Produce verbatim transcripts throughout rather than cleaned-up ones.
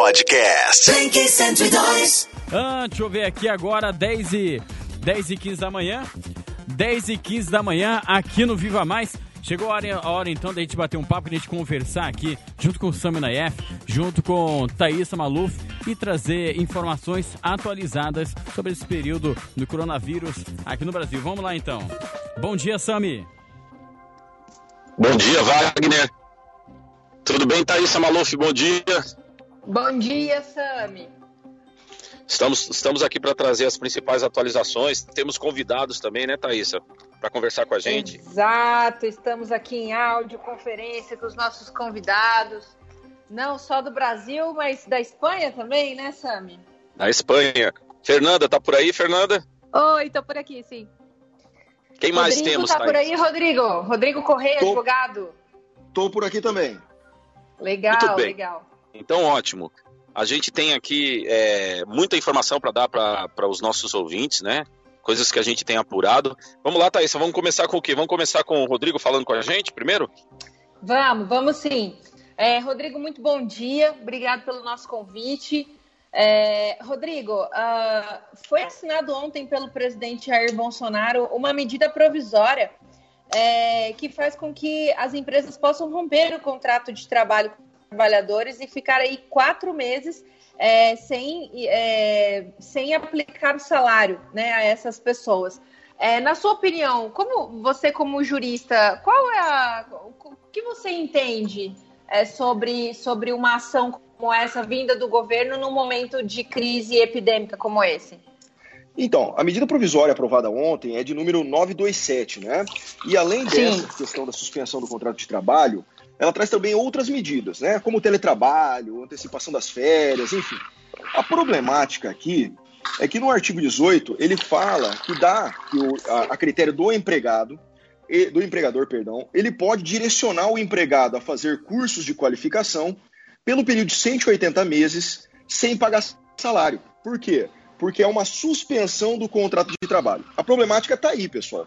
Podcast. Blink cento e dois. Ah, deixa eu ver aqui agora, dez e quinze da manhã. dez e quinze da manhã aqui no Viva Mais. Chegou a hora, a hora então da gente bater um papo, da gente conversar aqui junto com o Sami Naif, junto com Thaísa Maluf e trazer informações atualizadas sobre esse período do coronavírus aqui no Brasil. Vamos lá então. Bom dia, Sami. Bom dia, Wagner. Tudo bem, Thaísa Maluf? Bom dia. Bom dia, Sami. Estamos, estamos aqui para trazer as principais atualizações. Temos convidados também, né, Thaísa, para conversar com a gente. Exato, estamos aqui em áudio, conferência com os nossos convidados, não só do Brasil, mas da Espanha também, né, Sami? Da Espanha. Fernanda, tá por aí, Fernanda? Oi, tô por aqui, sim. Quem mais Rodrigo temos, tá Thaísa? por aí, Rodrigo? Rodrigo Correia, Tô. advogado? Tô por aqui também. Legal, Muito bem. legal. Então, ótimo. A gente tem aqui é, muita informação para dar para os nossos ouvintes, né? Coisas que a gente tem apurado. Vamos lá, Thaísa, vamos começar com o quê? Vamos começar com o Rodrigo falando com a gente primeiro? Vamos, vamos sim. É, Rodrigo, muito bom dia. Obrigado pelo nosso convite. É, Rodrigo, uh, foi assinado ontem pelo presidente Jair Bolsonaro uma medida provisória é, que faz com que as empresas possam romper o contrato de trabalho com os trabalhadores e ficar aí quatro meses é, sem, é, sem aplicar o salário, né, a essas pessoas. É, na sua opinião, como você como jurista, qual é a, o que você entende é, sobre, sobre uma ação como essa vinda do governo num momento de crise epidêmica como esse? Então, a medida provisória aprovada ontem é de número novecentos e vinte e sete, né? E além dessa Sim. questão da suspensão do contrato de trabalho, ela traz também outras medidas, né? Como o teletrabalho, antecipação das férias, enfim. A problemática aqui é que no artigo dezoito ele fala que dá que o, a, a critério do empregado, do empregador, perdão, ele pode direcionar o empregado a fazer cursos de qualificação pelo período de cento e oitenta meses sem pagar salário. Por quê? Porque é uma suspensão do contrato de trabalho. A problemática está aí, pessoal.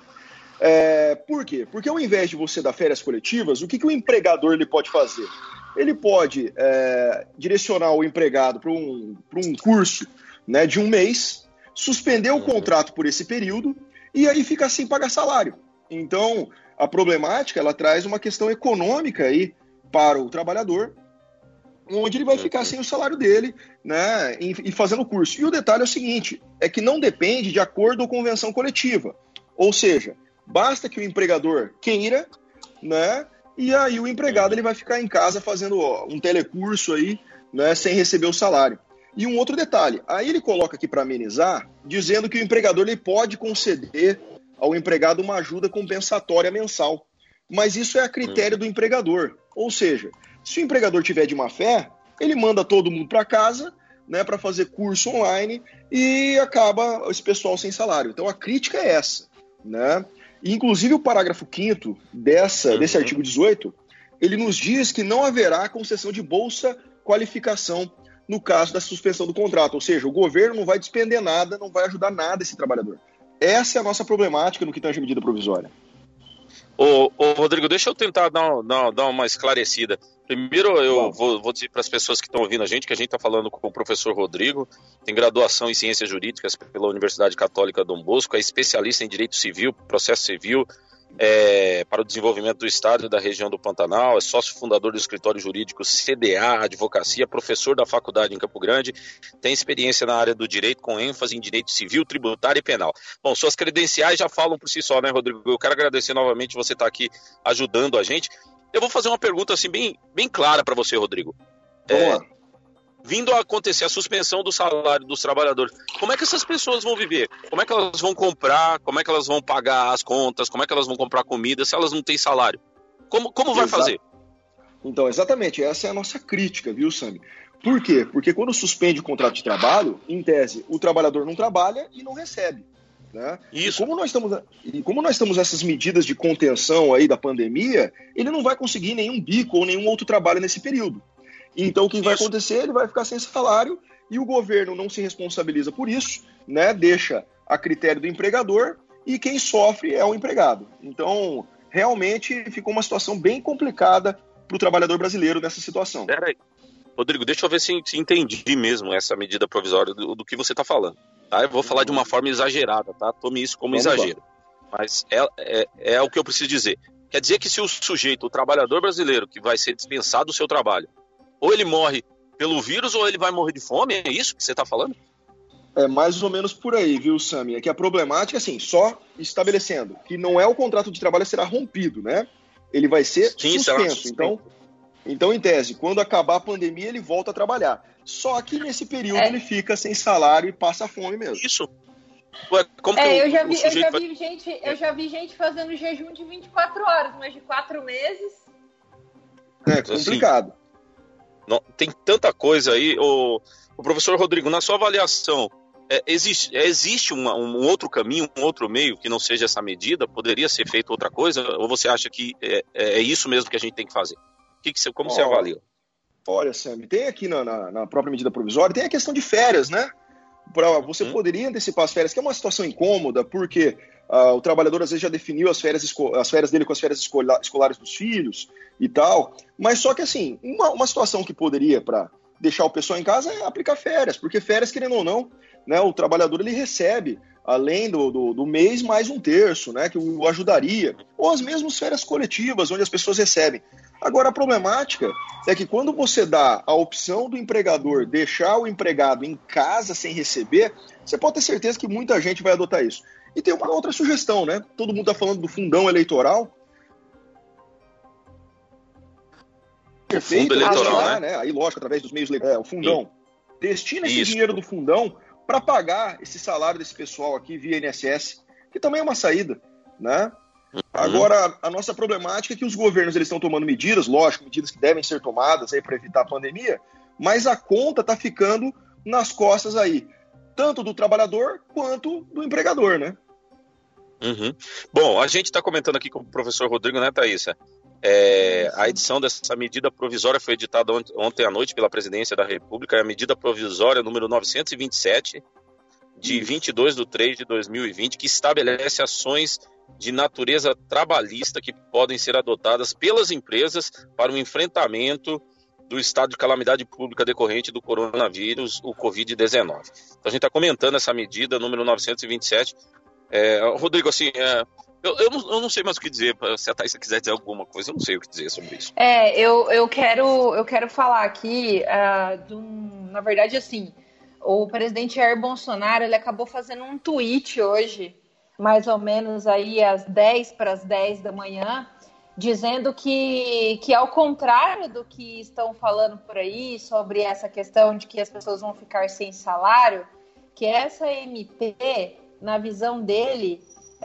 É, por quê? Porque ao invés de você dar férias coletivas, o que, que o empregador ele pode fazer? Ele pode é, direcionar o empregado para um, para um curso, né, de um mês, suspender o contrato por esse período e aí fica sem pagar salário. Então, a problemática ela traz uma questão econômica aí para o trabalhador, onde ele vai ficar sem o salário dele, né, e fazendo o curso. E o detalhe é o seguinte, é que não depende de acordo ou convenção coletiva. Ou seja, basta que o empregador queira, né, e aí o empregado ele vai ficar em casa fazendo ó, um telecurso aí, né, sem receber o salário. E um outro detalhe, aí ele coloca aqui para amenizar, dizendo que o empregador ele pode conceder ao empregado uma ajuda compensatória mensal. Mas isso é a critério do empregador. Ou seja, se o empregador tiver de má fé, ele manda todo mundo para casa, né, para fazer curso online e acaba esse pessoal sem salário. Então a crítica é essa, né? E, inclusive o parágrafo quinto dessa, desse artigo dezoito, ele nos diz que não haverá concessão de bolsa qualificação no caso da suspensão do contrato. Ou seja, o governo não vai despender nada, não vai ajudar nada esse trabalhador. Essa é a nossa problemática no que tange a medida provisória. Ô, ô, Rodrigo, deixa eu tentar dar, dar, dar uma esclarecida. Primeiro, eu vou, vou dizer para as pessoas que estão ouvindo a gente que a gente está falando com o professor Rodrigo, tem graduação em Ciências Jurídicas pela Universidade Católica Dom Bosco, é especialista em Direito Civil, Processo Civil, é, para o desenvolvimento do Estado e da região do Pantanal, é sócio fundador do escritório jurídico C D A, Advocacia, professor da faculdade em Campo Grande, tem experiência na área do direito com ênfase em direito civil, tributário e penal. Bom, suas credenciais já falam por si só, né, Rodrigo? Eu quero agradecer novamente você estar aqui ajudando a gente. Eu vou fazer uma pergunta assim bem, bem clara para você, Rodrigo. É, vindo a acontecer a suspensão do salário dos trabalhadores, como é que essas pessoas vão viver? Como é que elas vão comprar? Como é que elas vão pagar as contas? Como é que elas vão comprar comida se elas não têm salário? Como, como vai fazer? Então, exatamente, essa é a nossa crítica, viu, Sami? Por quê? Porque quando suspende o contrato de trabalho, em tese, o trabalhador não trabalha e não recebe. Né? Isso. E como nós estamos, e como nós estamos nessas medidas de contenção aí da pandemia, ele não vai conseguir nenhum bico ou nenhum outro trabalho nesse período. Então o que vai acontecer? Ele vai ficar sem salário e o governo não se responsabiliza por isso, né? Deixa a critério do empregador e quem sofre é o empregado. Então, realmente ficou uma situação bem complicada para o trabalhador brasileiro nessa situação. Peraí. Rodrigo, deixa eu ver se, se entendi mesmo essa medida provisória do, do que você está falando. Tá? Eu vou falar de uma forma exagerada, tá? Tome isso como Vamos exagero. Lá. Mas é, é, é o que eu preciso dizer. Quer dizer que se o sujeito, o trabalhador brasileiro, que vai ser dispensado do seu trabalho, ou ele morre pelo vírus ou ele vai morrer de fome, é isso que você está falando? É mais ou menos por aí, viu, Sami? É que a problemática, assim, só estabelecendo que não é o contrato de trabalho será rompido, né? Ele vai ser Sim, suspenso. Então, então, em tese, quando acabar a pandemia, ele volta a trabalhar. Só que nesse período é. ele fica sem salário e passa fome mesmo. Isso. Ué, como é, que eu, o, já vi, eu, já vai... vi gente, eu já vi gente fazendo jejum de vinte e quatro horas, mas de quatro meses... É complicado. Assim, não, tem tanta coisa aí. O, o professor Rodrigo, na sua avaliação, é, existe, é, existe uma, um outro caminho, um outro meio que não seja essa medida? Poderia ser feito outra coisa? Ou você acha que é, é isso mesmo que a gente tem que fazer? Que que você, como oh, você avalia? Olha, Sam, tem aqui na, na, na própria medida provisória, tem a questão de férias, né? Pra, você hum. poderia antecipar as férias, que é uma situação incômoda, porque uh, o trabalhador às vezes já definiu as férias, esco- as férias dele com as férias escola- escolares dos filhos e tal, mas só que assim, uma, uma situação que poderia para deixar o pessoal em casa é aplicar férias, porque férias, querendo ou não, né, o trabalhador ele recebe, além do, do, do mês, mais um terço, né, que o ajudaria, ou as mesmas férias coletivas, onde as pessoas recebem. Agora, a problemática é que quando você dá a opção do empregador deixar o empregado em casa sem receber, você pode ter certeza que muita gente vai adotar isso. E tem uma outra sugestão, né? Todo mundo está falando do fundão eleitoral. Perfeito, fundo eleitoral, lá, né? né? Aí, lógico, através dos meios legais, é, o fundão. Sim. Destina esse isso. dinheiro do fundão para pagar esse salário desse pessoal aqui via I N S S, que também é uma saída, né? Agora, a nossa problemática é que os governos eles estão tomando medidas, lógico, medidas que devem ser tomadas para evitar a pandemia, mas a conta está ficando nas costas aí, tanto do trabalhador quanto do empregador, né? Uhum. Bom, a gente está comentando aqui com o professor Rodrigo, né, Thaísa? É, a edição dessa medida provisória foi editada ontem à noite pela Presidência da República, é a medida provisória número novecentos e vinte e sete, de vinte e dois de três de dois mil e vinte, que estabelece ações de natureza trabalhista que podem ser adotadas pelas empresas para o enfrentamento do estado de calamidade pública decorrente do coronavírus, o covid dezenove. Então a gente está comentando essa medida, número novecentos e vinte e sete. É, Rodrigo, assim, é, eu, eu, não, eu não sei mais o que dizer, se a Thaísa quiser dizer alguma coisa, eu não sei o que dizer sobre isso. É, eu, eu, quero, eu quero falar aqui, uh, de um, na verdade, assim, o presidente Jair Bolsonaro, ele acabou fazendo um tweet hoje, mais ou menos aí às dez para as dez da manhã, dizendo que, que ao contrário do que estão falando por aí sobre essa questão de que as pessoas vão ficar sem salário, que essa M P, na visão dele,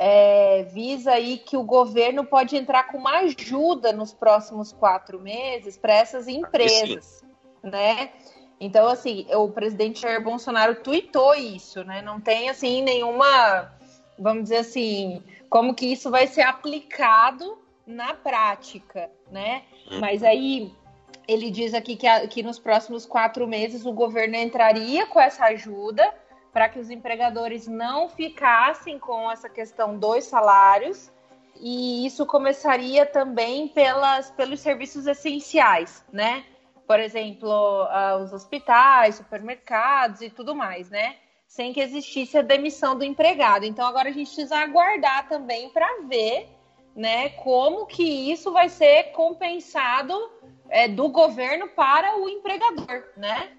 é, visa aí que o governo pode entrar com uma ajuda nos próximos quatro meses para essas empresas, né? Então, assim, o presidente Jair Bolsonaro tuitou isso, né? Não tem, assim, nenhuma... vamos dizer assim, como que isso vai ser aplicado na prática, né? Hum. Mas aí ele diz aqui que, a, que nos próximos quatro meses o governo entraria com essa ajuda para que os empregadores não ficassem com essa questão dos salários, e isso começaria também pelas, pelos serviços essenciais, né? Por exemplo, uh, os hospitais, supermercados e tudo mais, né? Sem que existisse a demissão do empregado. Então, agora a gente precisa aguardar também para ver, né, como que isso vai ser compensado é, do governo para o empregador, né?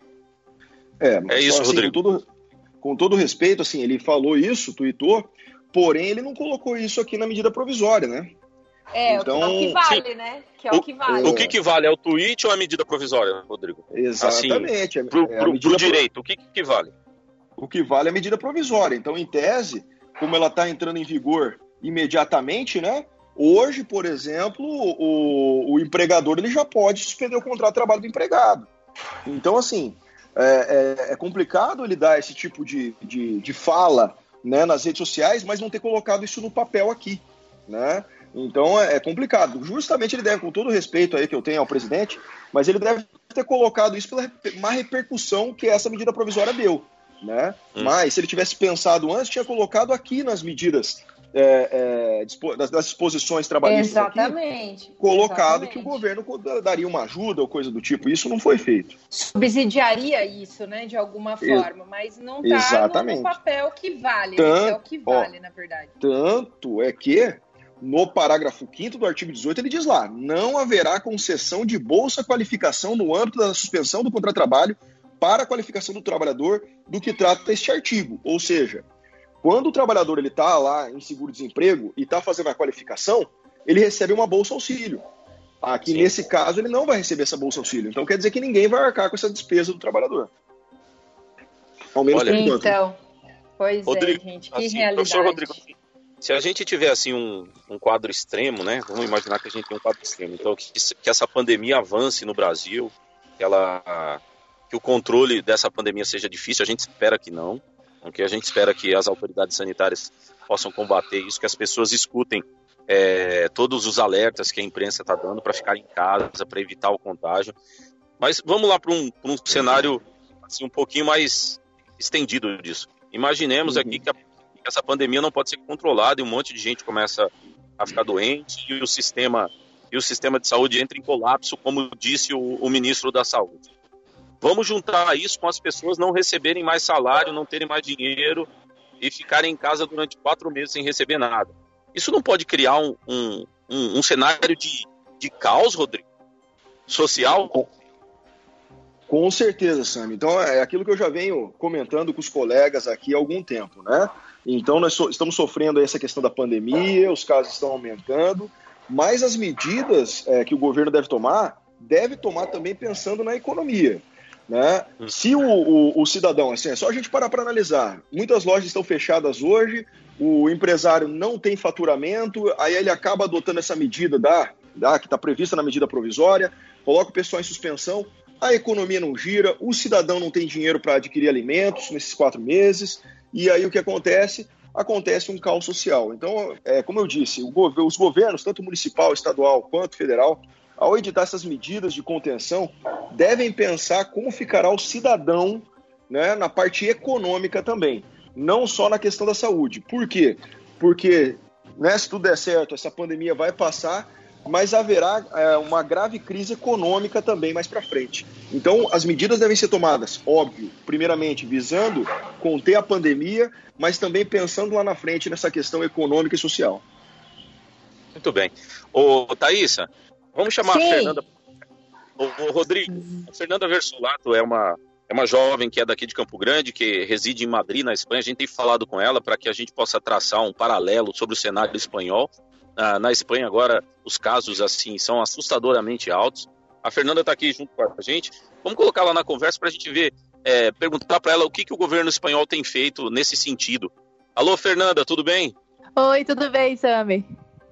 É, mas, é isso, assim, Rodrigo. Com todo, com todo respeito, assim, ele falou isso, tuitou, porém ele não colocou isso aqui na medida provisória, né? É, então, o que vale, sim. né? Que é o, o que vale. O que, que vale? É o tweet ou a medida provisória, Rodrigo? Exatamente. Assim, pro, é, pro, pro direito, o que, que vale? O que vale é a medida provisória. Então, em tese, como ela está entrando em vigor imediatamente, né? Hoje, por exemplo, o, o empregador ele já pode suspender o contrato de trabalho do empregado. Então, assim, é, é, é complicado ele dar esse tipo de, de, de fala, né, nas redes sociais, mas não ter colocado isso no papel aqui, né? Então é complicado. Justamente ele deve, com todo o respeito aí que eu tenho ao presidente, mas ele deve ter colocado isso pela má repercussão que essa medida provisória deu, né? Hum. Mas se ele tivesse pensado antes, tinha colocado aqui nas medidas é, é, das, das disposições trabalhistas Exatamente. aqui, colocado Exatamente. que o governo daria uma ajuda ou coisa do tipo. Isso não foi feito. Subsidiaria isso, né, de alguma forma, mas não está no, no papel que vale, Tanto, né, é o que vale, ó, na verdade. Tanto é que, no parágrafo quinto do artigo dezoito, ele diz lá, não haverá concessão de bolsa qualificação no âmbito da suspensão do contrato de trabalho para a qualificação do trabalhador do que trata este artigo. Ou seja, quando o trabalhador está lá em seguro-desemprego e está fazendo a qualificação, ele recebe uma bolsa auxílio. Aqui, Sim. nesse caso, ele não vai receber essa bolsa auxílio. Então, quer dizer que ninguém vai arcar com essa despesa do trabalhador. Ao menos Olha, por enquanto. Então, pois Rodrigo, é, gente, que assim, realidade. Professor Rodrigo, se a gente tiver assim um, um quadro extremo, né? Vamos imaginar que a gente tem um quadro extremo. Então, que, que essa pandemia avance no Brasil, que, ela, que o controle dessa pandemia seja difícil, a gente espera que não. Okay? A gente espera que as autoridades sanitárias possam combater isso, que as pessoas escutem é, todos os alertas que a imprensa está dando para ficar em casa, para evitar o contágio. Mas vamos lá para um, um cenário assim, um pouquinho mais estendido disso. Imaginemos uhum. aqui que, a, que essa pandemia não pode ser controlada e um monte de gente começa a ficar doente e o sistema, e o sistema de saúde entra em colapso, como disse o, o ministro da Saúde. Vamos juntar isso com as pessoas não receberem mais salário, não terem mais dinheiro e ficarem em casa durante quatro meses sem receber nada. Isso não pode criar um, um, um, um cenário de, de caos, Rodrigo? Social? Com, com certeza, Sami. Então, é aquilo que eu já venho comentando com os colegas aqui há algum tempo, né? Então, nós so, estamos sofrendo essa questão da pandemia, os casos estão aumentando, mas as medidas é, que o governo deve tomar, deve tomar também pensando na economia. Né? Se o, o, o cidadão, assim, é só a gente parar para analisar, muitas lojas estão fechadas hoje, o empresário não tem faturamento, aí ele acaba adotando essa medida da, da, que está prevista na medida provisória, coloca o pessoal em suspensão, a economia não gira, o cidadão não tem dinheiro para adquirir alimentos nesses quatro meses, e aí o que acontece? Acontece um caos social. Então, é, como eu disse, o gov- os governos, tanto municipal, estadual quanto federal, ao editar essas medidas de contenção, devem pensar como ficará o cidadão, né, na parte econômica também, não só na questão da saúde. Por quê? Porque, né, se tudo der certo, essa pandemia vai passar, mas haverá é, uma grave crise econômica também mais para frente. Então, as medidas devem ser tomadas, óbvio, primeiramente visando conter a pandemia, mas também pensando lá na frente nessa questão econômica e social. Muito bem. Ô, Thaísa, vamos chamar Sim. a Fernanda. O, o Rodrigo, a Fernanda Versolato é uma, é uma jovem que é daqui de Campo Grande, que reside em Madrid, na Espanha. A gente tem falado com ela para que a gente possa traçar um paralelo sobre o cenário espanhol. Ah, na Espanha agora os casos assim são assustadoramente altos. A Fernanda está aqui junto com a gente. Vamos colocar ela na conversa para a gente ver, é, perguntar para ela o que, que o governo espanhol tem feito nesse sentido. Alô, Fernanda, tudo bem? Oi, tudo bem, Sami?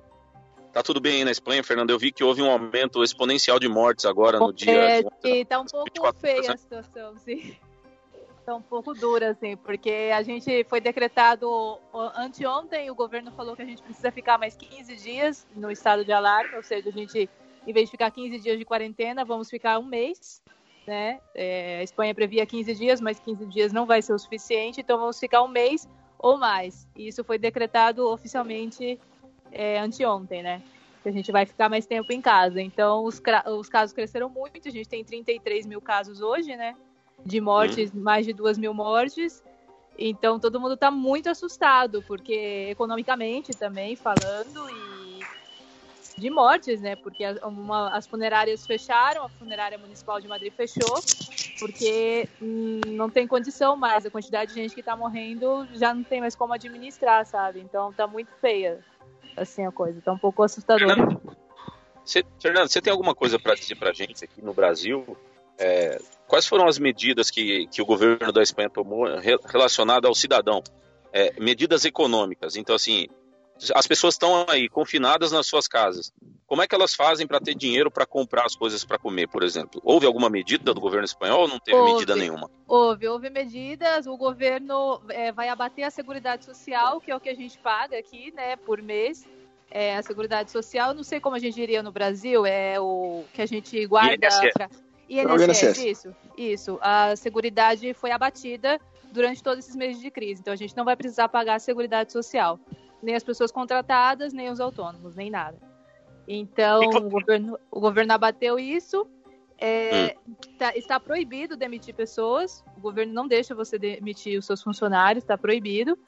Tá tudo bem aí na Espanha, Fernanda? Eu vi que houve um aumento exponencial de mortes agora no dia... É, de e tá um pouco feia horas, né? a situação, sim. Tá um pouco dura, assim, porque a gente foi decretado anteontem, o governo falou que a gente precisa ficar mais quinze dias no estado de alarme, ou seja, a gente, em vez de ficar quinze dias de quarentena, vamos ficar um mês, né? É, a Espanha previa quinze dias, mas quinze dias não vai ser o suficiente, então vamos ficar um mês ou mais. E isso foi decretado oficialmente é, anteontem, né? Que a gente vai ficar mais tempo em casa. Então, os, os casos cresceram muito, a gente tem trinta e três mil casos hoje, né? De mortes, hum. mais de duas mil mortes. Então, todo mundo está muito assustado, porque economicamente também falando, e de mortes, né? Porque as, uma, as funerárias fecharam, a funerária municipal de Madrid fechou, porque hum, não tem condição mais. A quantidade de gente que está morrendo já não tem mais como administrar, sabe? Então, tá muito feia, assim, a coisa. Tá um pouco assustadora. Fernando, você, Fernando, você tem alguma coisa para dizer para a gente aqui no Brasil? É, quais foram as medidas que, que o governo da Espanha tomou relacionadas ao cidadão? É, medidas econômicas. Então, assim, as pessoas estão aí confinadas nas suas casas. Como é que elas fazem para ter dinheiro para comprar as coisas para comer, por exemplo? Houve alguma medida do governo espanhol ou não teve houve, medida nenhuma? Houve, houve medidas. O governo é, vai abater a Seguridade Social, que é o que a gente paga aqui, né, por mês. É, a Seguridade Social, não sei como a gente diria no Brasil, é o que a gente guarda... Pra... I N S S, isso, isso. A Seguridade foi abatida durante todos esses meses de crise, então a gente não vai precisar pagar a Seguridade Social. nem as pessoas contratadas, nem os autônomos, nem nada. Então, o governo, o governo abateu isso. É, hum. tá, está proibido demitir pessoas. O governo não deixa você demitir os seus funcionários, está proibido.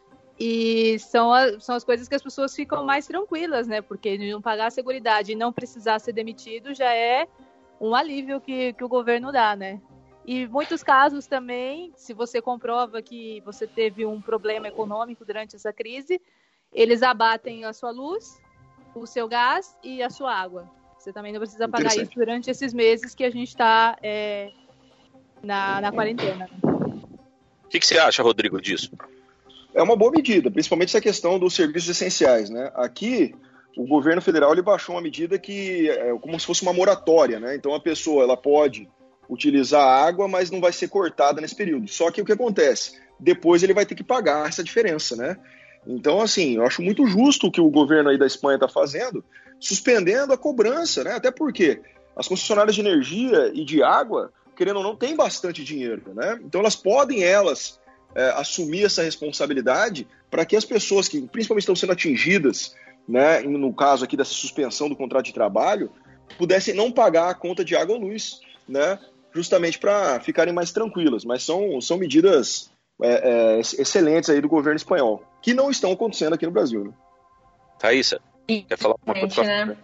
E são, a, são as coisas que as pessoas ficam mais tranquilas, né? Porque não pagar a seguridade e não precisar ser demitido já é um alívio que, que o governo dá, né? E em muitos casos também, se você comprova que você teve um problema econômico durante essa crise, eles abatem a sua luz, o seu gás e a sua água. Você também não precisa pagar isso durante esses meses que a gente está é, na, na quarentena. O que, que você acha, Rodrigo, disso? É uma boa medida, principalmente essa questão dos serviços essenciais, né? Aqui, o governo federal ele baixou uma medida que é como se fosse uma moratória, né? Então a pessoa ela pode utilizar a água, mas não vai ser cortada nesse período. Só que o que acontece? Depois ele vai ter que pagar essa diferença, né? Então, assim, eu acho muito justo o que o governo aí da Espanha está fazendo, suspendendo a cobrança, né? Até porque as concessionárias de energia e de água, querendo ou não, têm bastante dinheiro, né? Então elas podem, elas, é, assumir essa responsabilidade para que as pessoas que principalmente estão sendo atingidas, né, no caso aqui dessa suspensão do contrato de trabalho, pudessem não pagar a conta de água ou luz, né? Justamente para ficarem mais tranquilas. Mas são, são medidas é, é, excelentes aí do governo espanhol, que não estão acontecendo aqui no Brasil, né? Thaísa, quer falar uma coisa? Né?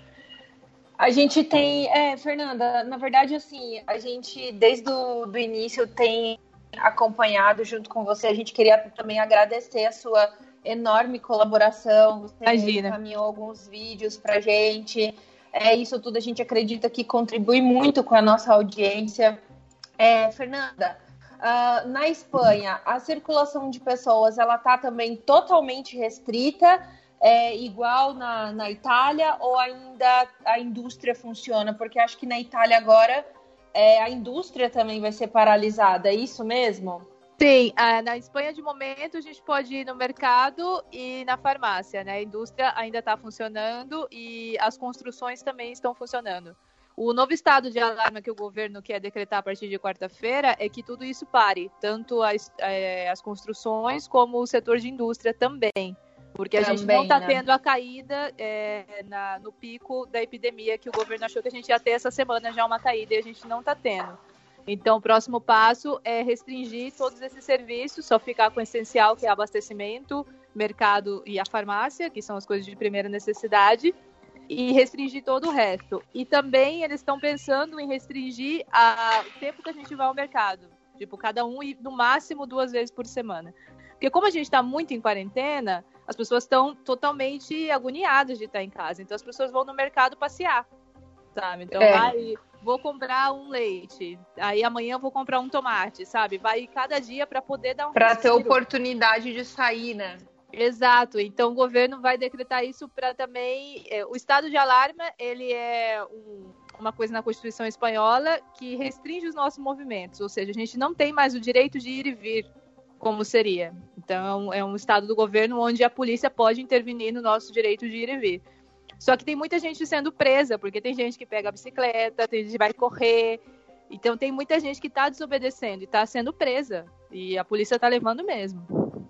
A gente tem, é, Fernanda, na verdade, assim, a gente desde o do início tem acompanhado junto com você. A gente queria também agradecer a sua enorme colaboração. Você Imagina. encaminhou alguns vídeos pra gente. É, isso tudo a gente acredita que contribui muito com a nossa audiência. É, Fernanda, uh, na Espanha, a circulação de pessoas ela está também totalmente restrita, é, igual na, na Itália, ou ainda a indústria funciona? Porque acho que na Itália agora é, a indústria também vai ser paralisada, é isso mesmo? Sim, na Espanha, de momento, a gente pode ir no mercado e na farmácia, né? A indústria ainda está funcionando e as construções também estão funcionando. O novo estado de alarma que o governo quer decretar a partir de quarta-feira é que tudo isso pare, tanto as, é, as construções como o setor de indústria também, porque a também, gente não está né? tendo a caída é, na, no pico da epidemia que o governo achou que a gente ia ter essa semana já uma caída e a gente não está tendo. Então, o próximo passo é restringir todos esses serviços, só ficar com o essencial, que é abastecimento, mercado e a farmácia, que são as coisas de primeira necessidade, e restringir todo o resto. E também eles estão pensando em restringir a, o tempo que a gente vai ao mercado. Tipo, cada um ir no máximo duas vezes por semana. Porque como a gente está muito em quarentena, as pessoas estão totalmente agoniadas de estar em casa. Então, as pessoas vão no mercado passear, sabe? Então, é. vai... vou comprar um leite, aí amanhã vou comprar um tomate, sabe? Vai cada dia para poder dar um para ter oportunidade de sair, né? Exato. Então o governo vai decretar isso para também é, o estado de alarma, ele é um, uma coisa na Constituição espanhola que restringe os nossos movimentos, ou seja, a gente não tem mais o direito de ir e vir como seria. Então é um estado do governo onde a polícia pode intervenir no nosso direito de ir e vir. Só que tem muita gente sendo presa, porque tem gente que pega a bicicleta, tem gente que vai correr. Então tem muita gente que está desobedecendo e está sendo presa. E a polícia está levando mesmo.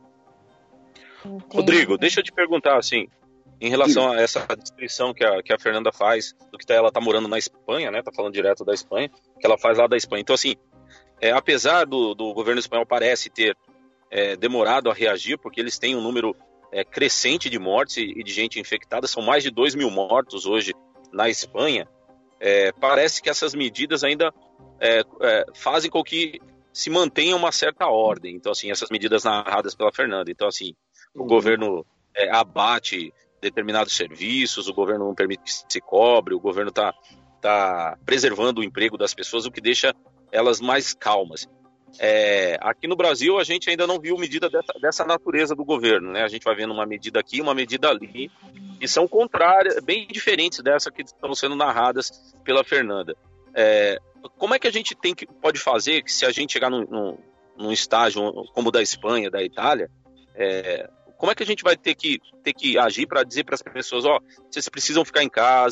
Entendi. Rodrigo, deixa eu te perguntar, assim, em relação a essa descrição que a, que a Fernanda faz, do que tá, ela está morando na Espanha, né? Tá falando direto da Espanha, que ela faz lá da Espanha. Então, assim, é, apesar do, do governo espanhol parece ter é, demorado a reagir, porque eles têm um número... É, crescente de mortes e de gente infectada, são mais de dois mil mortos hoje na Espanha, é, parece que essas medidas ainda é, é, fazem com que se mantenha uma certa ordem. Então, assim, essas medidas narradas pela Fernanda. Então, assim, o uhum. governo é, abate determinados serviços, o governo não permite que se cobre, o governo está tá preservando o emprego das pessoas, o que deixa elas mais calmas. É, aqui no Brasil a gente ainda não viu medida dessa, dessa natureza do governo, né? A gente vai vendo uma medida aqui, uma medida ali, e são contrárias, bem diferentes dessa que estão sendo narradas pela Fernanda. É, como é que a gente tem que, pode fazer que se a gente chegar num, num, num estágio como o da Espanha, da Itália, é, como é que a gente vai ter que, ter que agir para dizer para as pessoas, ó, vocês precisam ficar em casa,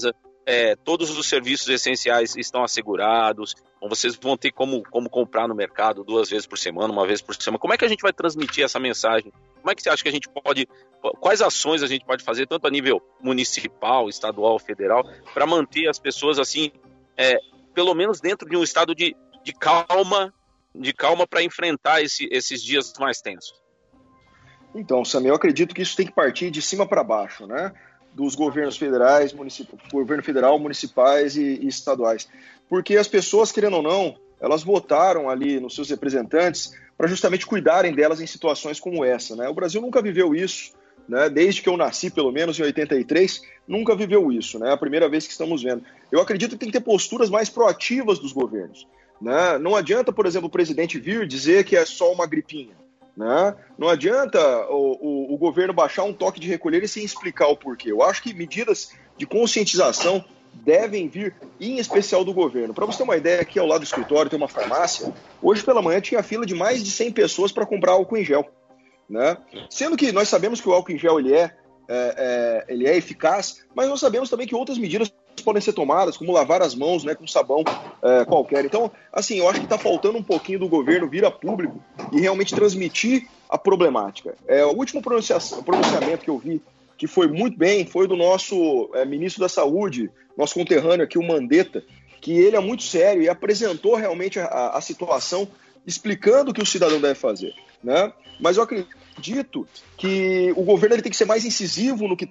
é, todos os serviços essenciais estão assegurados, vocês vão ter como, como comprar no mercado duas vezes por semana, uma vez por semana. Como é que a gente vai transmitir essa mensagem? Como é que você acha que a gente pode, quais ações a gente pode fazer, tanto a nível municipal, estadual, federal, para manter as pessoas assim, é, pelo menos dentro de um estado de, de calma, de calma para enfrentar esse, esses dias mais tensos? Então, Sam, eu acredito que isso tem que partir de cima para baixo, né? Dos governos federais, municip... governo federal, municipais e, e estaduais. Porque as pessoas, querendo ou não, elas votaram ali nos seus representantes para justamente cuidarem delas em situações como essa, né? O Brasil nunca viveu isso, né? Desde que eu nasci, pelo menos em oitenta e três, nunca viveu isso, né? É a primeira vez que estamos vendo. Eu acredito que tem que ter posturas mais proativas dos governos, né? Não adianta, por exemplo, o presidente vir dizer que é só uma gripinha. Né? Não adianta o, o, o governo baixar um toque de recolher e sem explicar o porquê. Eu acho que medidas de conscientização devem vir, em especial do governo. Para você ter uma ideia, aqui ao lado do escritório tem uma farmácia. Hoje pela manhã tinha fila de mais de cem pessoas para comprar álcool em gel. Né? Sendo que nós sabemos que o álcool em gel ele é, é, é, ele é eficaz, mas nós sabemos também que outras medidas podem ser tomadas, como lavar as mãos, né, com sabão é, qualquer. Então, assim, eu acho que está faltando um pouquinho do governo vir a público e realmente transmitir a problemática. É, o último pronunciamento que eu vi, que foi muito bem, foi do nosso é, ministro da Saúde, nosso conterrâneo aqui, o Mandetta, que ele é muito sério e apresentou realmente a, a situação, explicando o que o cidadão deve fazer. Né? Mas eu acredito que o governo ele tem que ser mais incisivo no que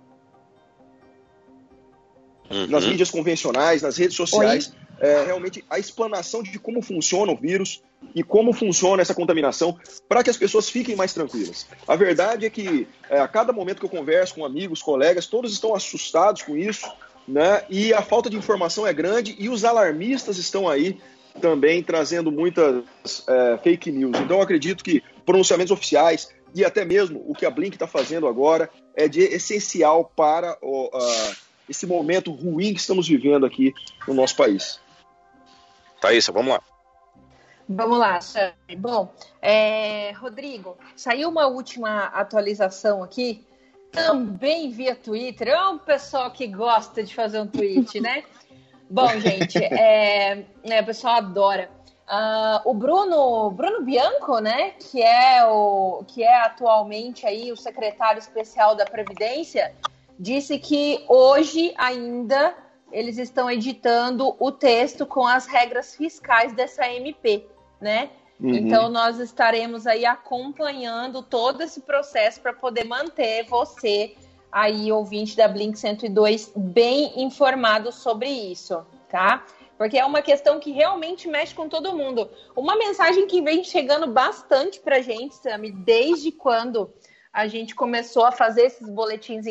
Uhum. nas mídias convencionais, nas redes sociais, é, realmente a explanação de como funciona o vírus e como funciona essa contaminação, para que as pessoas fiquem mais tranquilas. A verdade é que é, a cada momento que eu converso com amigos, colegas, todos estão assustados com isso, né? E a falta de informação é grande e os alarmistas estão aí também trazendo muitas é, fake news. Então eu acredito que pronunciamentos oficiais e até mesmo o que a Blink está fazendo agora é de essencial para o uh, esse momento ruim que estamos vivendo aqui no nosso país. Thaísa, vamos lá. Vamos lá, Sam. Bom, é, Rodrigo, saiu uma última atualização aqui, também via Twitter. É um pessoal que gosta de fazer um tweet, né? Bom, gente, é, é, o pessoal adora. Uh, o Bruno, Bruno Bianco, né, que é, o, que é atualmente aí o secretário especial da Previdência, disse que hoje ainda eles estão editando o texto com as regras fiscais dessa M P, né? Uhum. Então nós estaremos aí acompanhando todo esse processo para poder manter você aí, ouvinte da Blink cento e dois, bem informado sobre isso, tá? Porque é uma questão que realmente mexe com todo mundo. Uma mensagem que vem chegando bastante pra gente, Sami, desde quando a gente começou a fazer esses boletins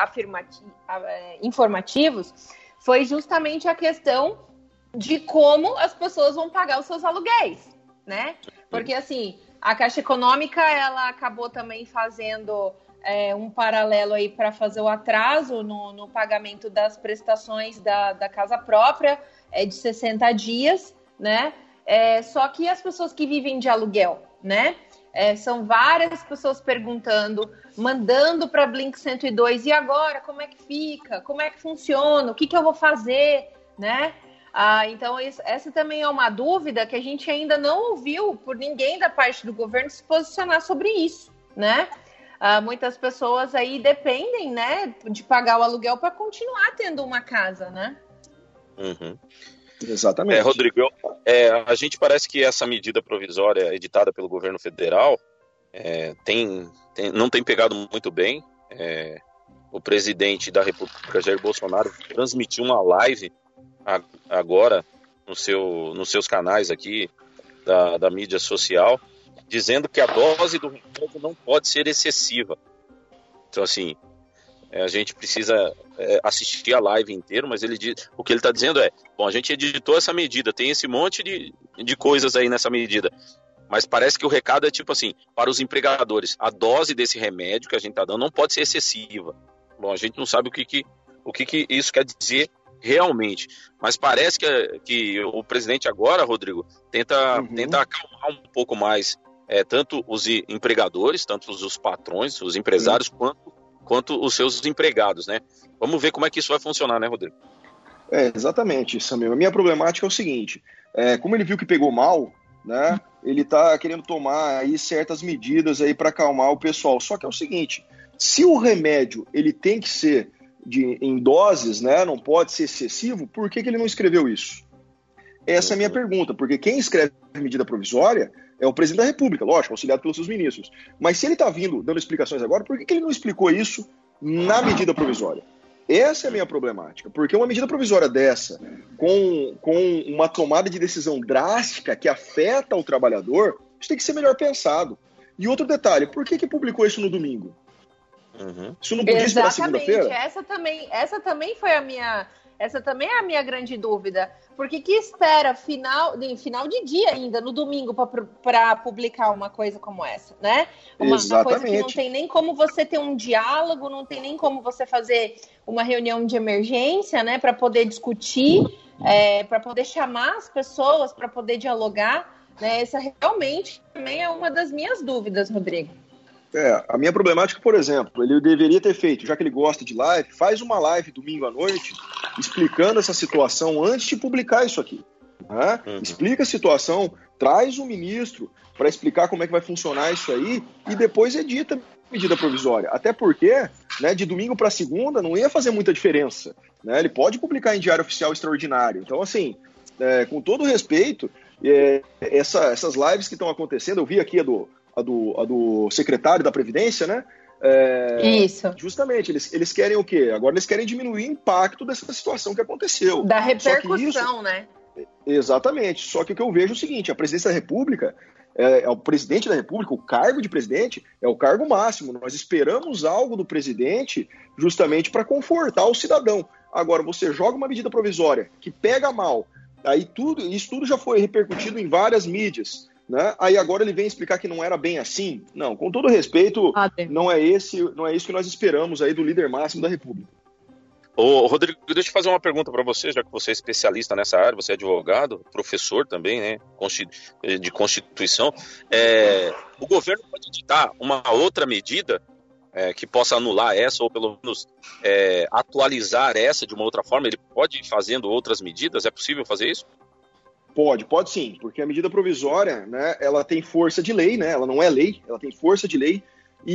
informativos, foi justamente a questão de como as pessoas vão pagar os seus aluguéis, né? Porque, assim, a Caixa Econômica, ela acabou também fazendo é, um paralelo aí para fazer o atraso no, no pagamento das prestações da, da casa própria, é de sessenta dias, né? É, só que as pessoas que vivem de aluguel, né? É, são várias pessoas perguntando, mandando para Blink cento e dois, e agora, como é que fica? Como é que funciona? O que, que eu vou fazer? Né? Ah, então, isso, essa também é uma dúvida que a gente ainda não ouviu por ninguém da parte do governo se posicionar sobre isso, né? Ah, muitas pessoas aí dependem, né, de pagar o aluguel para continuar tendo uma casa, né? Uhum. Exatamente. É, Rodrigo, eu, é, a gente parece que essa medida provisória editada pelo governo federal é, tem, tem, não tem pegado muito bem. É, o presidente da República, Jair Bolsonaro, transmitiu uma live a, agora no seu, nos seus canais aqui da, da mídia social, dizendo que a dose do remédio não pode ser excessiva. Então, assim, a gente precisa é, assistir a live inteira, mas ele diz, o que ele está dizendo é, bom, a gente editou essa medida, tem esse monte de, de coisas aí nessa medida, mas parece que o recado é tipo assim, para os empregadores, a dose desse remédio que a gente está dando não pode ser excessiva. Bom, a gente não sabe o que, que, o que, que isso quer dizer realmente, mas parece que, que o presidente agora, Rodrigo, tenta, uhum. tenta acalmar um pouco mais é, tanto os empregadores, tanto os patrões, os empresários, uhum. quanto quanto os seus empregados, né? Vamos ver como é que isso vai funcionar, né, Rodrigo? É, exatamente, Samir. A minha problemática é o seguinte, é, como ele viu que pegou mal, né, ele está querendo tomar aí certas medidas aí para acalmar o pessoal. Só que é o seguinte, se o remédio ele tem que ser de, em doses, né, não pode ser excessivo, por que, que ele não escreveu isso? Essa é a minha pergunta, porque quem escreve medida provisória é o presidente da República, lógico, auxiliado pelos seus ministros. Mas se ele está vindo dando explicações agora, por que, que ele não explicou isso na medida provisória? Essa é a minha problemática, porque uma medida provisória dessa, com, com uma tomada de decisão drástica que afeta o trabalhador, isso tem que ser melhor pensado. E outro detalhe, por que, que publicou isso no domingo? Uhum. Isso não podia esperar segunda-feira? Essa também, essa também foi a minha... Essa também é a minha grande dúvida. Por que que espera final de, final de dia ainda, no domingo, para publicar uma coisa como essa, né? Uma, uma coisa que não tem nem como você ter um diálogo, não tem nem como você fazer uma reunião de emergência, né? Para poder discutir, é, para poder chamar as pessoas, para poder dialogar, né? Essa realmente também é uma das minhas dúvidas, Rodrigo. É, a minha problemática, por exemplo, ele deveria ter feito, já que ele gosta de live, faz uma live domingo à noite explicando essa situação antes de publicar isso aqui. Né? Uhum. Explica a situação, traz um ministro para explicar como é que vai funcionar isso aí e depois edita a medida provisória. Até porque, né, de domingo para segunda não ia fazer muita diferença. Né? Ele pode publicar em Diário Oficial Extraordinário. Então, assim, é, com todo respeito, é, essa, essas lives que estão acontecendo, eu vi aqui a do... A do, a do secretário da Previdência, né? É, Isso. Justamente, eles, eles querem o quê? Agora eles querem diminuir o impacto dessa situação que aconteceu. Da repercussão, isso, né? Exatamente. Só que o que eu vejo é o seguinte, a presidência da República, é, é o presidente da República, o cargo de presidente é o cargo máximo. Nós esperamos algo do presidente justamente para confortar o cidadão. Agora, você joga uma medida provisória que pega mal, aí tudo, isso tudo já foi repercutido em várias mídias. Né? Aí agora ele vem explicar que não era bem assim. Não, com todo respeito, ah, não é esse, não é isso que nós esperamos aí do líder máximo da República. Ô, Rodrigo, deixa eu fazer uma pergunta para você, já que você é especialista nessa área, você é advogado, professor também, né, de Constituição. É, o governo pode editar uma outra medida é, que possa anular essa, ou pelo menos é, atualizar essa de uma outra forma? Ele pode ir fazendo outras medidas? É possível fazer isso? Pode, pode sim, porque a medida provisória, né, ela tem força de lei, né, ela não é lei, ela tem força de lei,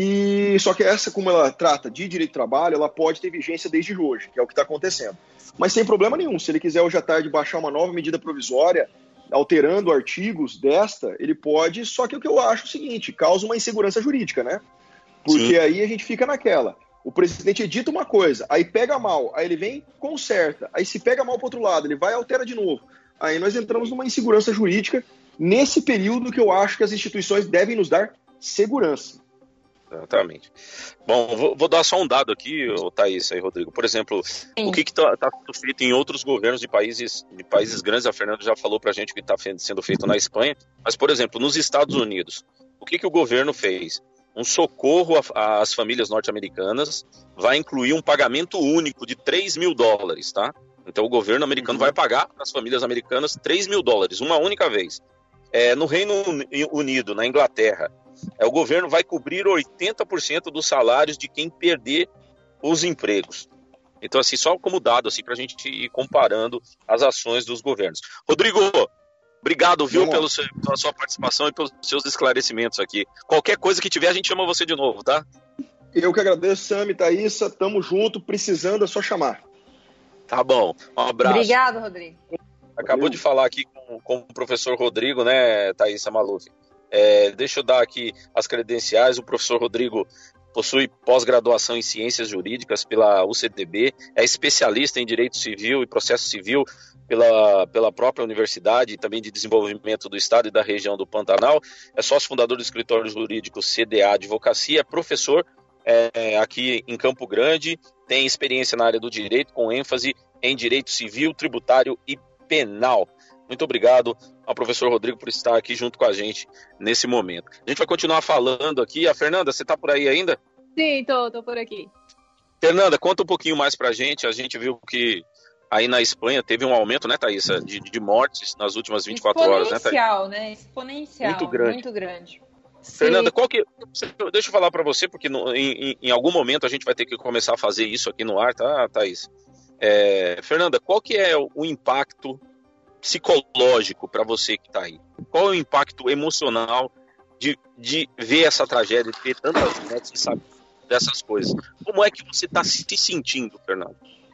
e só que essa, como ela trata de direito de trabalho, ela pode ter vigência desde hoje, que é o que está acontecendo. Mas sem problema nenhum, se ele quiser hoje à tarde baixar uma nova medida provisória, alterando artigos desta, ele pode, só que o que eu acho é o seguinte, causa uma insegurança jurídica, né, porque sim. Aí a gente fica naquela, o presidente edita uma coisa, aí pega mal, aí ele vem, conserta, aí se pega mal para outro lado, ele vai e altera de novo. Aí nós entramos numa insegurança jurídica nesse período que eu acho que as instituições devem nos dar segurança. Exatamente. Bom, vou, vou dar só um dado aqui, Thaís e Rodrigo. Por exemplo, sim. O que está tá sendo feito em outros governos de países, de países grandes, a Fernanda já falou para a gente o que está sendo feito na Espanha, mas, por exemplo, nos Estados Unidos, o que, que o governo fez? Um socorro às famílias norte-americanas vai incluir um pagamento único de três mil dólares, tá? Então o governo americano uhum. vai pagar para as famílias americanas três mil dólares, uma única vez. É, no Reino Unido, na Inglaterra, é, o governo vai cobrir oitenta por cento dos salários de quem perder os empregos. Então, assim, só como dado, assim, para a gente ir comparando as ações dos governos. Rodrigo, obrigado, viu, pelo seu, pela sua participação e pelos seus esclarecimentos aqui. Qualquer coisa que tiver, a gente chama você de novo, tá? Eu que agradeço, Sam e Thaísa, tamo junto, precisando é só chamar. Tá bom, um abraço. Obrigado, Rodrigo. Acabou Valeu. de falar aqui com, com o professor Rodrigo, né, Thaísa Maluf? É, deixa eu dar aqui as credenciais. O professor Rodrigo possui pós-graduação em Ciências Jurídicas pela U C D B, é especialista em Direito Civil e Processo Civil pela, pela própria Universidade e também de Desenvolvimento do Estado e da região do Pantanal, é sócio fundador do escritório jurídico C D A Advocacia, é professor é, aqui em Campo Grande, tem experiência na área do direito, com ênfase em direito civil, tributário e penal. Muito obrigado ao professor Rodrigo por estar aqui junto com a gente nesse momento. A gente vai continuar falando aqui. A Fernanda, você está por aí ainda? Sim, tô, tô por aqui. Fernanda, conta um pouquinho mais pra gente. A gente viu que aí na Espanha teve um aumento, né, Thaísa, de, de mortes nas últimas vinte e quatro horas, né, Thaísa? Exponencial, né? Exponencial. Muito grande. Muito grande. Fernanda, qual que... deixa eu falar para você, porque no, em, em algum momento a gente vai ter que começar a fazer isso aqui no ar, tá, Thaís? É, Fernanda, qual que é o impacto psicológico para você que está aí? Qual é o impacto emocional de, de ver essa tragédia, de ver tantas mortes e saber dessas coisas? Como é que você está se sentindo, Fernanda?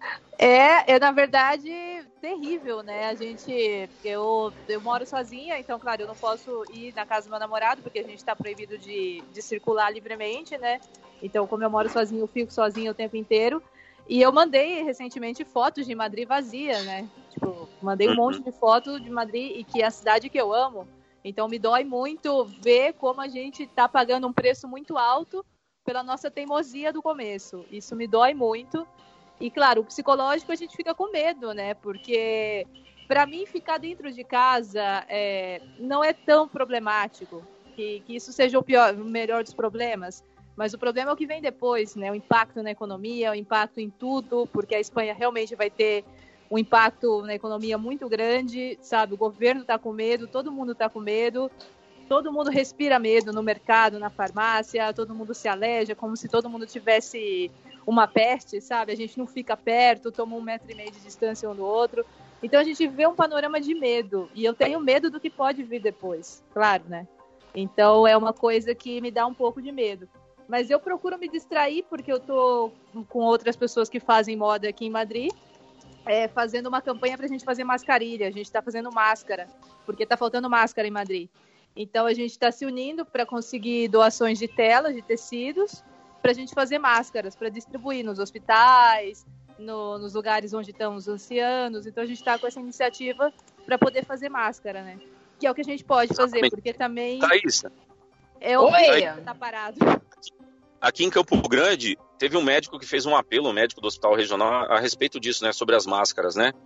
É, é, na verdade, terrível, né? A gente, eu, eu moro sozinha, então, claro, eu não posso ir na casa do meu namorado, porque a gente está proibido de, de circular livremente, né? Então, como eu moro sozinha, eu fico sozinha o tempo inteiro. E eu mandei recentemente fotos de Madrid vazia, né? Tipo, mandei um monte de fotos de Madrid, e que é a cidade que eu amo. Então, me dói muito ver como a gente está pagando um preço muito alto pela nossa teimosia do começo. Isso me dói muito. E, claro, o psicológico a gente fica com medo, né? Porque, para mim, ficar dentro de casa é, não é tão problemático. Que, que isso seja o, pior, o melhor dos problemas. Mas o problema é o que vem depois, né? O impacto na economia, o impacto em tudo, porque a Espanha realmente vai ter um impacto na economia muito grande, sabe? O governo está com medo, todo mundo está com medo. Todo mundo respira medo no mercado, na farmácia, todo mundo se aleja, como se todo mundo tivesse uma peste, sabe? A gente não fica perto, toma um metro e meio de distância um do outro. Então a gente vê um panorama de medo, e eu tenho medo do que pode vir depois, claro, né? Então é uma coisa que me dá um pouco de medo. Mas eu procuro me distrair, porque eu tô com outras pessoas que fazem moda aqui em Madrid, é, fazendo uma campanha pra gente fazer mascarilha. A gente tá fazendo máscara, porque tá faltando máscara em Madrid. Então, a gente está se unindo para conseguir doações de telas, de tecidos, para a gente fazer máscaras, para distribuir nos hospitais, no, nos lugares onde estão os ancianos. Então, a gente está com essa iniciativa para poder fazer máscara, né? Que é o que a gente pode fazer, porque também... Thaís, é o que tá parado. Aqui em Campo Grande, teve um médico que fez um apelo, um médico do Hospital Regional, a respeito disso, né? Sobre as máscaras, né?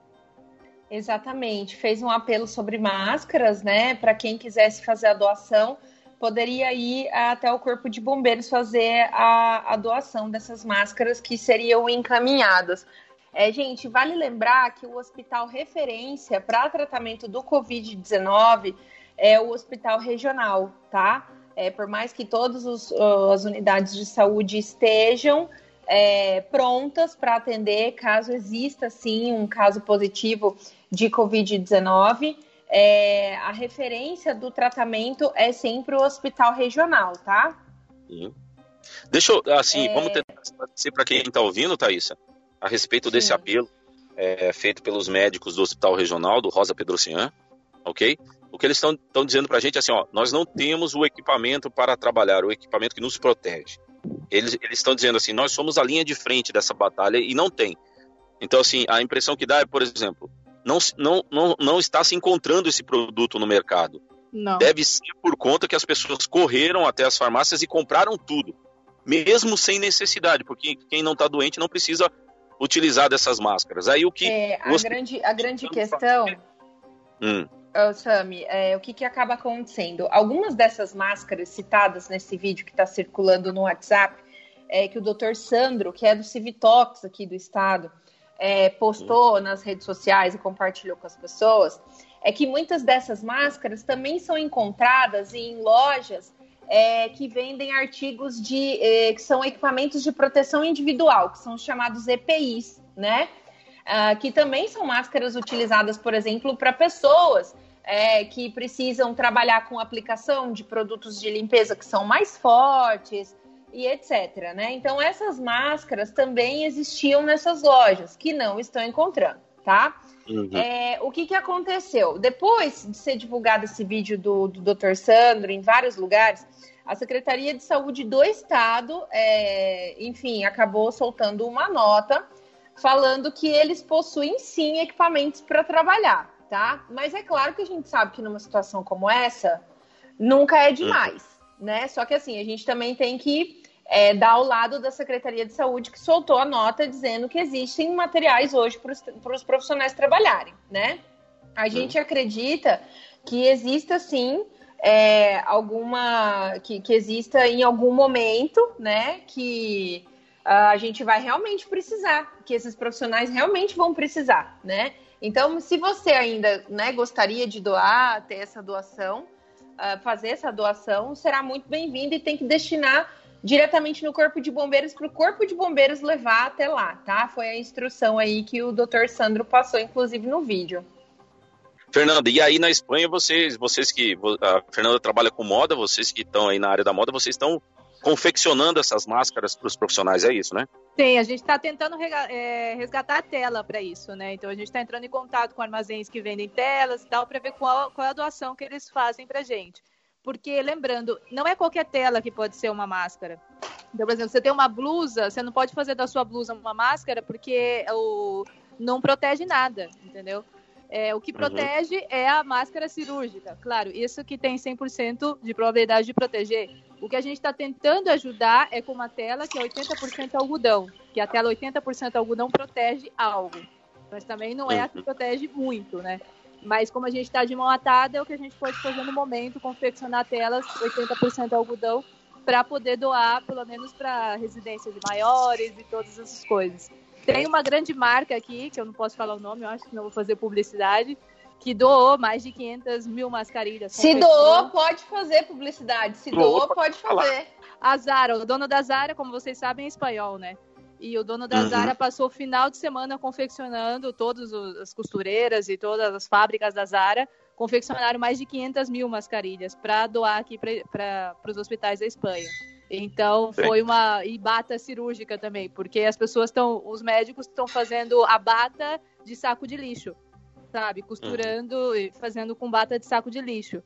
Exatamente, fez um apelo sobre máscaras, né? Para quem quisesse fazer a doação, poderia ir até o Corpo de Bombeiros fazer a, a doação dessas máscaras que seriam encaminhadas. É, gente, vale lembrar que o hospital referência para tratamento do covid dezenove é o Hospital Regional, tá? É, por mais que todas os, as unidades de saúde estejam É, prontas para atender caso exista, sim, um caso positivo de covid dezenove. É, a referência do tratamento é sempre o hospital regional, tá? Sim. Deixa eu, assim, é... vamos tentar esclarecer para quem está ouvindo, Thaísa, a respeito desse sim. apelo é, feito pelos médicos do Hospital Regional, do Rosa Pedrocian, ok? O que eles estão dizendo para a gente é assim, ó, nós não temos o equipamento para trabalhar, o equipamento que nos protege. Eles estão dizendo assim, nós somos a linha de frente dessa batalha e não tem. Então, assim, a impressão que dá é, por exemplo, não, não, não, não está se encontrando esse produto no mercado. Não. Deve ser por conta que as pessoas correram até as farmácias e compraram tudo, mesmo sem necessidade, porque quem não está doente não precisa utilizar dessas máscaras. Aí o que... É, a, grande, a grande questão... Hum. Oh, Sami, é, o que, que acaba acontecendo? Algumas dessas máscaras citadas nesse vídeo que está circulando no WhatsApp, é, que o doutor Sandro, que é do Civitox aqui do estado, é, postou nas redes sociais e compartilhou com as pessoas, é que muitas dessas máscaras também são encontradas em lojas é, que vendem artigos de, é, que são equipamentos de proteção individual, que são chamados E P Is, né? Uh, que também são máscaras utilizadas, por exemplo, para pessoas é, que precisam trabalhar com aplicação de produtos de limpeza que são mais fortes e etcétera, né? Então, essas máscaras também existiam nessas lojas, que não estão encontrando, tá? Uhum. É, o que, que aconteceu? Depois de ser divulgado esse vídeo do, do doutor Sandro em vários lugares, a Secretaria de Saúde do Estado, é, enfim, acabou soltando uma nota falando que eles possuem, sim, equipamentos para trabalhar, tá? Mas é claro que a gente sabe que numa situação como essa, nunca é demais, né? Só que, assim, a gente também tem que é, dar ao lado da Secretaria de Saúde, que soltou a nota dizendo que existem materiais hoje para os profissionais trabalharem, né? A gente acredita que exista, sim, é, alguma... Que, que exista em algum momento, né, que... Uh, a gente vai realmente precisar, que esses profissionais realmente vão precisar, né? Então, se você ainda, né, gostaria de doar, ter essa doação, uh, fazer essa doação, será muito bem-vindo e tem que destinar diretamente no Corpo de Bombeiros, para o Corpo de Bombeiros levar até lá, tá? Foi a instrução aí que o doutor Sandro passou, inclusive, no vídeo. Fernanda, e aí na Espanha, vocês, vocês que... A Fernanda trabalha com moda, vocês que estão aí na área da moda, vocês estão confeccionando essas máscaras para os profissionais, é isso, né? Sim, a gente está tentando resgatar a tela para isso, né? Então a gente está entrando em contato com armazéns que vendem telas e tal, para ver qual, qual é a doação que eles fazem para a gente. Porque, lembrando, não é qualquer tela que pode ser uma máscara. Então, por exemplo, você tem uma blusa, você não pode fazer da sua blusa uma máscara porque o, não protege nada, entendeu? É, o que protege uhum. é a máscara cirúrgica. Claro, isso que tem cem por cento de probabilidade de proteger. O que a gente está tentando ajudar é com uma tela que é oitenta por cento algodão. Que a tela oitenta por cento algodão protege algo. Mas também não é a que protege muito, né? Mas como a gente está de mão atada, é o que a gente pode fazer no momento, confeccionar telas oitenta por cento algodão para poder doar, pelo menos para residências de maiores e todas essas coisas. Tem uma grande marca aqui, que eu não posso falar o nome, eu acho que não vou fazer publicidade, que doou mais de quinhentas mil mascarilhas. Se doou, pode fazer publicidade. Se doou, doou pode fazer. A Zara, o dono da Zara, como vocês sabem, é espanhol, né? E o dono da uhum. Zara passou o final de semana confeccionando, todas as costureiras e todas as fábricas da Zara confeccionaram mais de quinhentas mil mascarilhas para doar aqui para os hospitais da Espanha. Então, foi uma... E bata cirúrgica também, porque as pessoas estão... Os médicos estão fazendo a bata de saco de lixo, sabe? Costurando e fazendo com bata de saco de lixo.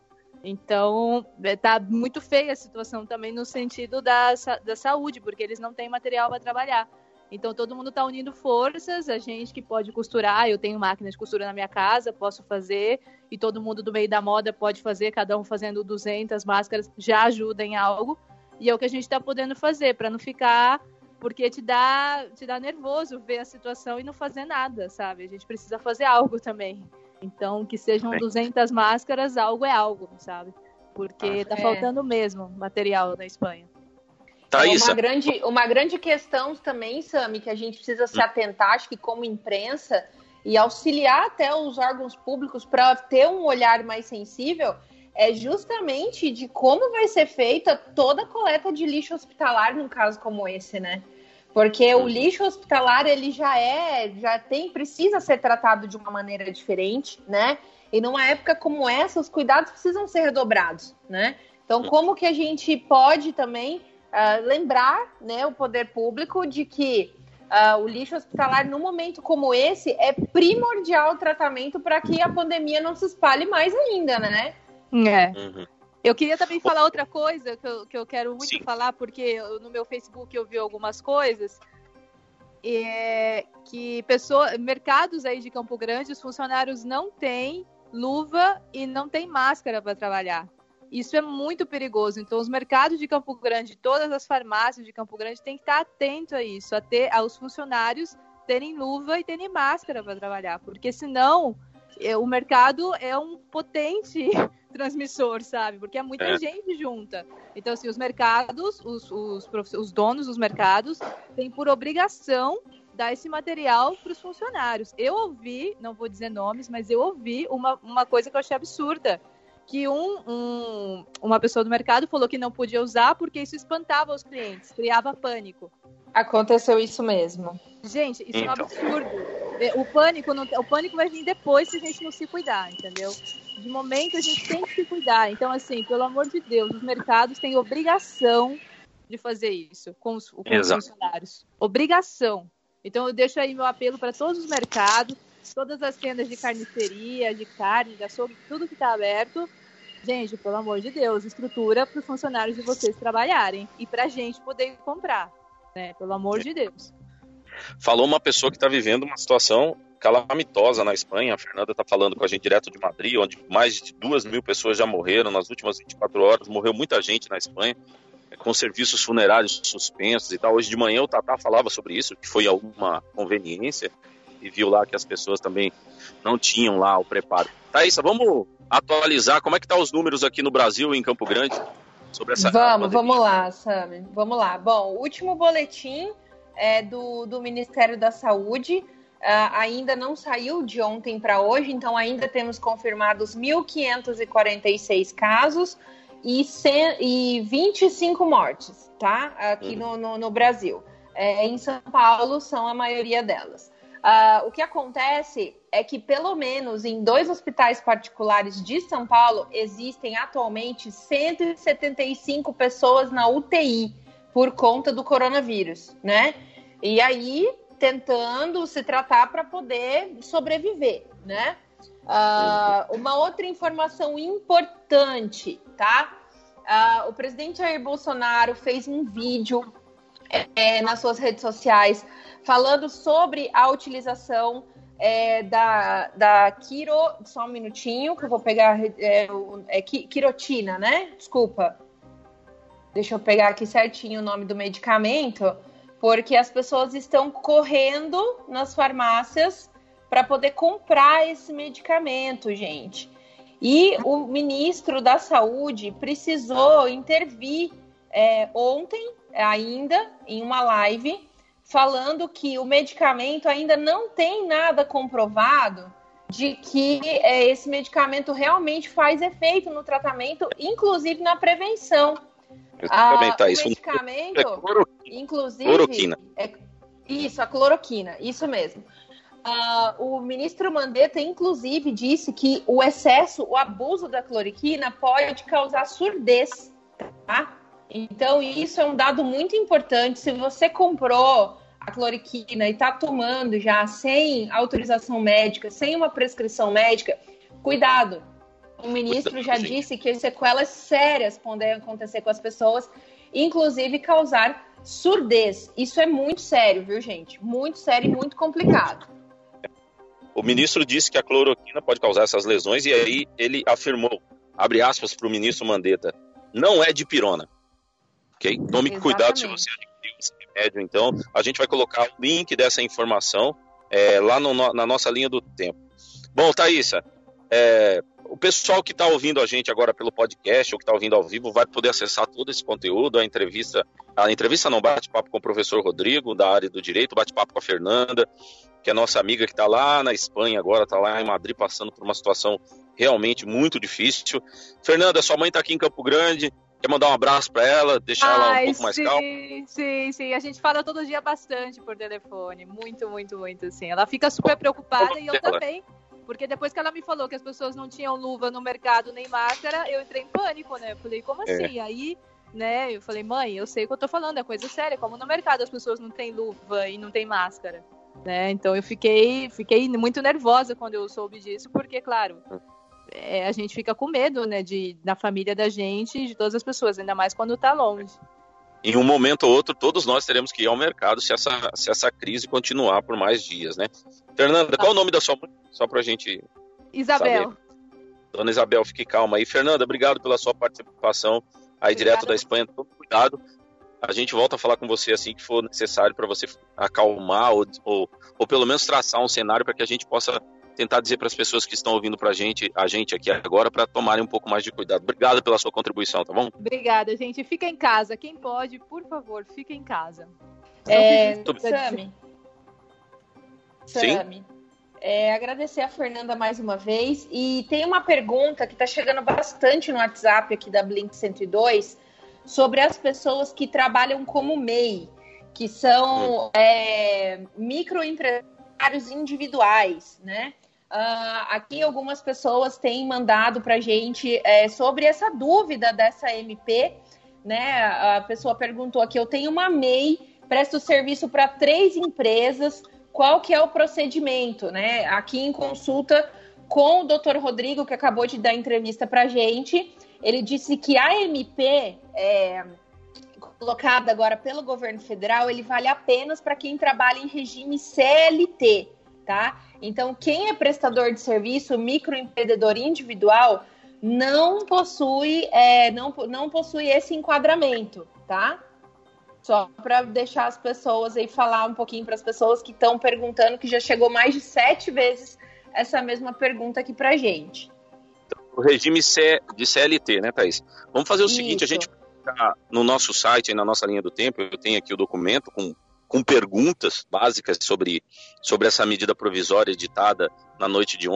Então, tá muito feia a situação também no sentido da, da saúde, porque eles não têm material para trabalhar. Então, todo mundo está unindo forças, a gente que pode costurar, eu tenho máquina de costura na minha casa, posso fazer, e todo mundo do meio da moda pode fazer, cada um fazendo duzentas máscaras, já ajuda em algo. E é o que a gente está podendo fazer, para não ficar... Porque te dá, te dá nervoso ver a situação e não fazer nada, sabe? A gente precisa fazer algo também. Então, que sejam duzentas máscaras, algo é algo, sabe? Porque ah, tá é. faltando mesmo material na Espanha. Tá é uma, grande, uma grande questão também, Sami, que a gente precisa se atentar, acho que como imprensa, e auxiliar até os órgãos públicos para ter um olhar mais sensível... é justamente de como vai ser feita toda a coleta de lixo hospitalar num caso como esse, né? Porque o lixo hospitalar, ele já é, já tem, precisa ser tratado de uma maneira diferente, né? E numa época como essa, os cuidados precisam ser redobrados, né? Então, como que a gente pode também uh, lembrar, né, o poder público de que uh, o lixo hospitalar, num momento como esse, é primordial o tratamento para que a pandemia não se espalhe mais ainda, né? É. Uhum. Eu queria também falar outra coisa que eu, que eu quero muito Sim. falar, porque eu, no meu Facebook eu vi algumas coisas, é, que pessoa, mercados aí de Campo Grande, os funcionários não têm luva e não têm máscara para trabalhar. Isso é muito perigoso. Então, os mercados de Campo Grande, todas as farmácias de Campo Grande têm que estar atento a isso, a ter, aos funcionários terem luva e terem máscara para trabalhar, porque senão é, o mercado é um potente transmissor, sabe? Porque é muita é. gente junta. Então, assim, os mercados, os, os, os donos dos mercados têm por obrigação dar esse material para os funcionários. Eu ouvi, não vou dizer nomes, mas eu ouvi uma, uma coisa que eu achei absurda, que um, um, uma pessoa do mercado falou que não podia usar porque isso espantava os clientes, criava pânico. Aconteceu isso mesmo. Gente, isso então. é um absurdo. O pânico, não, o pânico vai vir depois se a gente não se cuidar, entendeu? De momento a gente tem que se cuidar. Então, assim, pelo amor de Deus, os mercados têm obrigação de fazer isso com os, com os funcionários. Obrigação. Então, eu deixo aí meu apelo para todos os mercados, todas as tendas de carniceria, de carne, de açougue, tudo que está aberto. Gente, pelo amor de Deus, estrutura para os funcionários de vocês trabalharem e para a gente poder comprar, né? Pelo amor de Deus. Falou uma pessoa que está vivendo uma situação calamitosa na Espanha. A Fernanda está falando com a gente direto de Madrid, onde mais de duas mil pessoas já morreram nas últimas vinte e quatro horas. Morreu muita gente na Espanha, com serviços funerários suspensos e tal. Hoje de manhã o Tatá falava sobre isso, que foi alguma conveniência, e viu lá que as pessoas também não tinham lá o preparo. Thaísa, vamos atualizar como é que tá os números aqui no Brasil, em Campo Grande, sobre essa Vamos, vamos lá, Sami. Vamos lá. Bom, o último boletim é do, do Ministério da Saúde, uh, ainda não saiu de ontem para hoje, então ainda temos confirmados mil quinhentos e quarenta e seis casos e, cem, e vinte e cinco mortes, tá? Aqui no, no, no Brasil. É, em São Paulo são a maioria delas. Uh, o que acontece é que, pelo menos em dois hospitais particulares de São Paulo, existem atualmente cento e setenta e cinco pessoas na U T I por conta do coronavírus, né? E aí, tentando se tratar para poder sobreviver, né? Uh, uma outra informação importante, tá? Uh, o presidente Jair Bolsonaro fez um vídeo é, nas suas redes sociais falando sobre a utilização é, da, da quiro... Só um minutinho, que eu vou pegar... É, é, quirotina, né? Desculpa. Deixa eu pegar aqui certinho o nome do medicamento, porque as pessoas estão correndo nas farmácias para poder comprar esse medicamento, gente. E o ministro da Saúde precisou intervir é, ontem, ainda, em uma live, falando que o medicamento ainda não tem nada comprovado de que é, esse medicamento realmente faz efeito no tratamento, inclusive na prevenção. Ah, o isso medicamento, é cloroquina. Inclusive... Cloroquina. É, isso, a cloroquina, isso mesmo. Uh, o ministro Mandetta, inclusive, disse que o excesso, o abuso da cloroquina pode causar surdez, tá? Então, isso é um dado muito importante. Se você comprou a cloroquina e está tomando já sem autorização médica, sem uma prescrição médica, cuidado. O ministro já disse que sequelas sérias podem acontecer com as pessoas, inclusive causar surdez. Isso é muito sério, viu, gente? Muito sério e muito complicado. O ministro disse que a cloroquina pode causar essas lesões e aí ele afirmou, abre aspas para o ministro Mandetta, não é dipirona. Ok? Tome Exatamente. Cuidado se você adquirir esse remédio, então. A gente vai colocar o link dessa informação é, lá no, na nossa linha do tempo. Bom, Thaísa, é, o pessoal que está ouvindo a gente agora pelo podcast ou que está ouvindo ao vivo vai poder acessar todo esse conteúdo, a entrevista, a entrevista não, bate-papo com o professor Rodrigo, da área do direito, bate-papo com a Fernanda, que é nossa amiga que está lá na Espanha agora, está lá em Madrid, passando por uma situação realmente muito difícil. Fernanda, sua mãe está aqui em Campo Grande, quer mandar um abraço para ela, deixar Ai, ela um pouco mais sim, calma? Sim, sim, a gente fala todo dia bastante por telefone, muito, muito, muito, assim. Ela fica super preocupada e eu dela. também, porque depois que ela me falou que as pessoas não tinham luva no mercado nem máscara, eu entrei em pânico, né? Eu falei, como assim? É. Aí, né, eu falei, mãe, eu sei o que eu tô falando, é coisa séria, como no mercado as pessoas não têm luva e não têm máscara, né? Então eu fiquei, fiquei muito nervosa quando eu soube disso, porque, claro... É, a gente fica com medo, né, de, da família da gente e de todas as pessoas, ainda mais quando tá longe. Em um momento ou outro, todos nós teremos que ir ao mercado se essa, se essa crise continuar por mais dias, né? Fernanda, qual ah. o nome da sua mãe? Só pra gente Isabel. saber. Dona Isabel, fique calma aí. Fernanda, obrigado pela sua participação aí Obrigada. direto da Espanha. Todo cuidado. A gente volta a falar com você assim que for necessário para você acalmar ou, ou, ou pelo menos traçar um cenário para que a gente possa tentar dizer para as pessoas que estão ouvindo pra gente, a gente aqui agora, para tomarem um pouco mais de cuidado. Obrigado pela sua contribuição, tá bom? Obrigada, gente. Fica em casa. Quem pode, por favor, fica em casa. É, Sami. Sim? Sami. É, agradecer a Fernanda mais uma vez. E tem uma pergunta que está chegando bastante no WhatsApp aqui da Blink cento e dois sobre as pessoas que trabalham como M E I, que são hum. é, microempresários individuais, né? Uh, aqui algumas pessoas têm mandado para a gente é, sobre essa dúvida dessa M P, né? A pessoa perguntou aqui, eu tenho uma M E I, presto serviço para três empresas, qual que é o procedimento, né? Aqui em consulta com o doutor Rodrigo, que acabou de dar entrevista para a gente, ele disse que a M P é, colocada agora pelo governo federal, ele vale apenas para quem trabalha em regime C L T, tá? Então, quem é prestador de serviço, microempreendedor individual, não possui, é, não, não possui esse enquadramento, tá? Só para deixar as pessoas aí, falar um pouquinho para as pessoas que estão perguntando, que já chegou mais de sete vezes essa mesma pergunta aqui pra gente. O regime C, de C L T, né, Thaís? Vamos fazer o Isso. seguinte, a gente vai no nosso site, na nossa linha do tempo, eu tenho aqui o documento com com perguntas básicas sobre, sobre essa medida provisória editada na noite de ontem,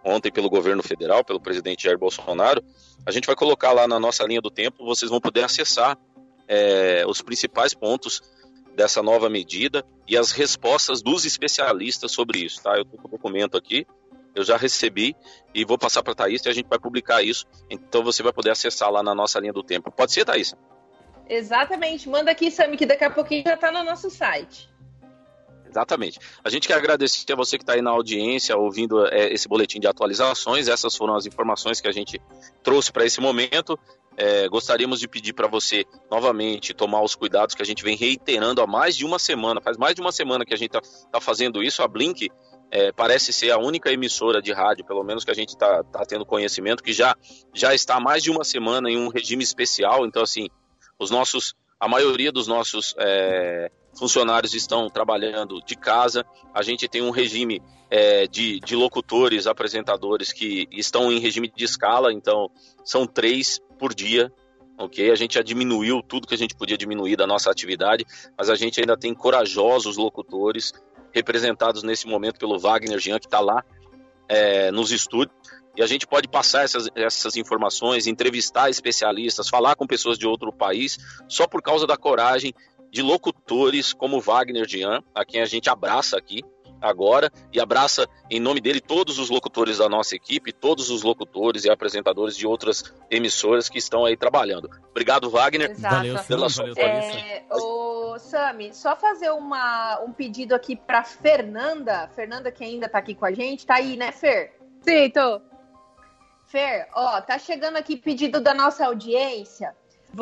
ontem pelo governo federal, pelo presidente Jair Bolsonaro, a gente vai colocar lá na nossa linha do tempo, vocês vão poder acessar é, os principais pontos dessa nova medida e as respostas dos especialistas sobre isso, tá? Eu estou com o documento aqui, eu já recebi e vou passar para a Thaís e a gente vai publicar isso, então você vai poder acessar lá na nossa linha do tempo. Pode ser, Thaís? Exatamente, manda aqui, Sami, que daqui a pouquinho já está no nosso site. Exatamente. A gente quer agradecer a você que está aí na audiência, ouvindo é, esse boletim de atualizações. Essas foram as informações que a gente trouxe para esse momento. É, gostaríamos de pedir para você, novamente, tomar os cuidados que a gente vem reiterando há mais de uma semana. Faz mais de uma semana que a gente está tá fazendo isso. A Blink é, parece ser a única emissora de rádio, pelo menos que a gente está tá tendo conhecimento, que já, já está há mais de uma semana em um regime especial. Então, assim, os nossos, a maioria dos nossos... É, funcionários estão trabalhando de casa, a gente tem um regime é, de, de locutores, apresentadores que estão em regime de escala, então são três por dia, ok? A gente já diminuiu tudo que a gente podia diminuir da nossa atividade, mas a gente ainda tem corajosos locutores representados nesse momento pelo Wagner Jean, que está lá é, nos estúdios, e a gente pode passar essas, essas informações, entrevistar especialistas, falar com pessoas de outro país, só por causa da coragem de locutores como Wagner Jean, a quem a gente abraça aqui agora, e abraça em nome dele todos os locutores da nossa equipe, todos os locutores e apresentadores de outras emissoras que estão aí trabalhando. Obrigado, Wagner. Exato. Valeu, pela Sam, sua valeu, é, ô, Sami, só fazer uma, um pedido aqui para Fernanda, Fernanda que ainda está aqui com a gente, tá aí, né, Fer? Sim, tô. Fer, ó, tá chegando aqui pedido da nossa audiência.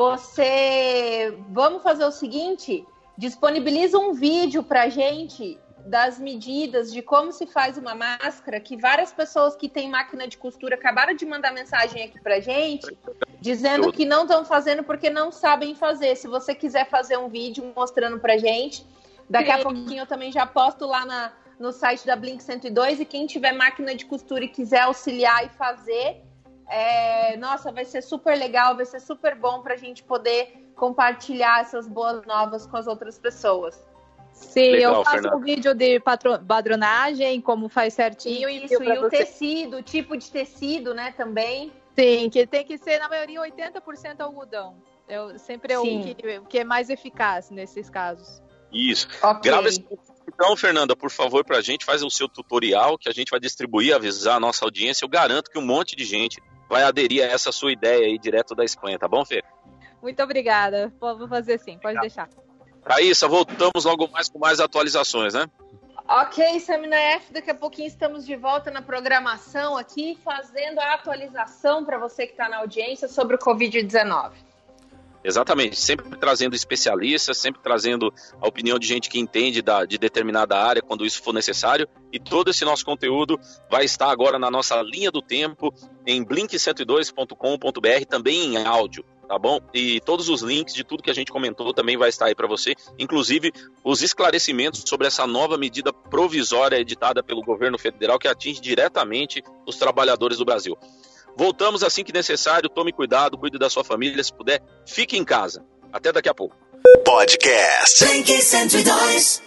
Você, vamos fazer o seguinte, disponibiliza um vídeo pra gente das medidas de como se faz uma máscara, que várias pessoas que têm máquina de costura acabaram de mandar mensagem aqui pra gente, dizendo que não estão fazendo porque não sabem fazer. Se você quiser fazer um vídeo mostrando pra gente, daqui a pouquinho eu também já posto lá na, no site da Blink cento e dois, e quem tiver máquina de costura e quiser auxiliar e fazer... É, nossa, vai ser super legal, vai ser super bom pra gente poder compartilhar essas boas novas com as outras pessoas. Sim, Legal, eu faço Fernanda. um vídeo de patro... padronagem, como faz certinho. Isso, e, e o você. tecido, o tipo de tecido, né, também. Sim, que tem que ser, na maioria, oitenta por cento algodão. Eu, sempre é o que, o que é mais eficaz nesses casos. Isso. Okay. Grava esse então, Fernanda, por favor, pra gente, faz o seu tutorial que a gente vai distribuir, avisar a nossa audiência. Eu garanto que um monte de gente vai aderir a essa sua ideia aí direto da Espanha, tá bom, Fê? Muito obrigada. Vou fazer sim, pode deixar. Raíssa, voltamos logo mais com mais atualizações, né? Ok, Samina F, daqui a pouquinho estamos de volta na programação aqui, fazendo a atualização para você que está na audiência sobre o covid dezenove. Exatamente, sempre trazendo especialistas, sempre trazendo a opinião de gente que entende da, de determinada área quando isso for necessário, e todo esse nosso conteúdo vai estar agora na nossa linha do tempo em blink cento e dois ponto com ponto b r, também em áudio, tá bom? E todos os links de tudo que a gente comentou também vai estar aí para você, inclusive os esclarecimentos sobre essa nova medida provisória editada pelo governo federal que atinge diretamente os trabalhadores do Brasil. Voltamos assim que necessário, tome cuidado, cuide da sua família, se puder, fique em casa. Até daqui a pouco. Podcast Blink cento e dois.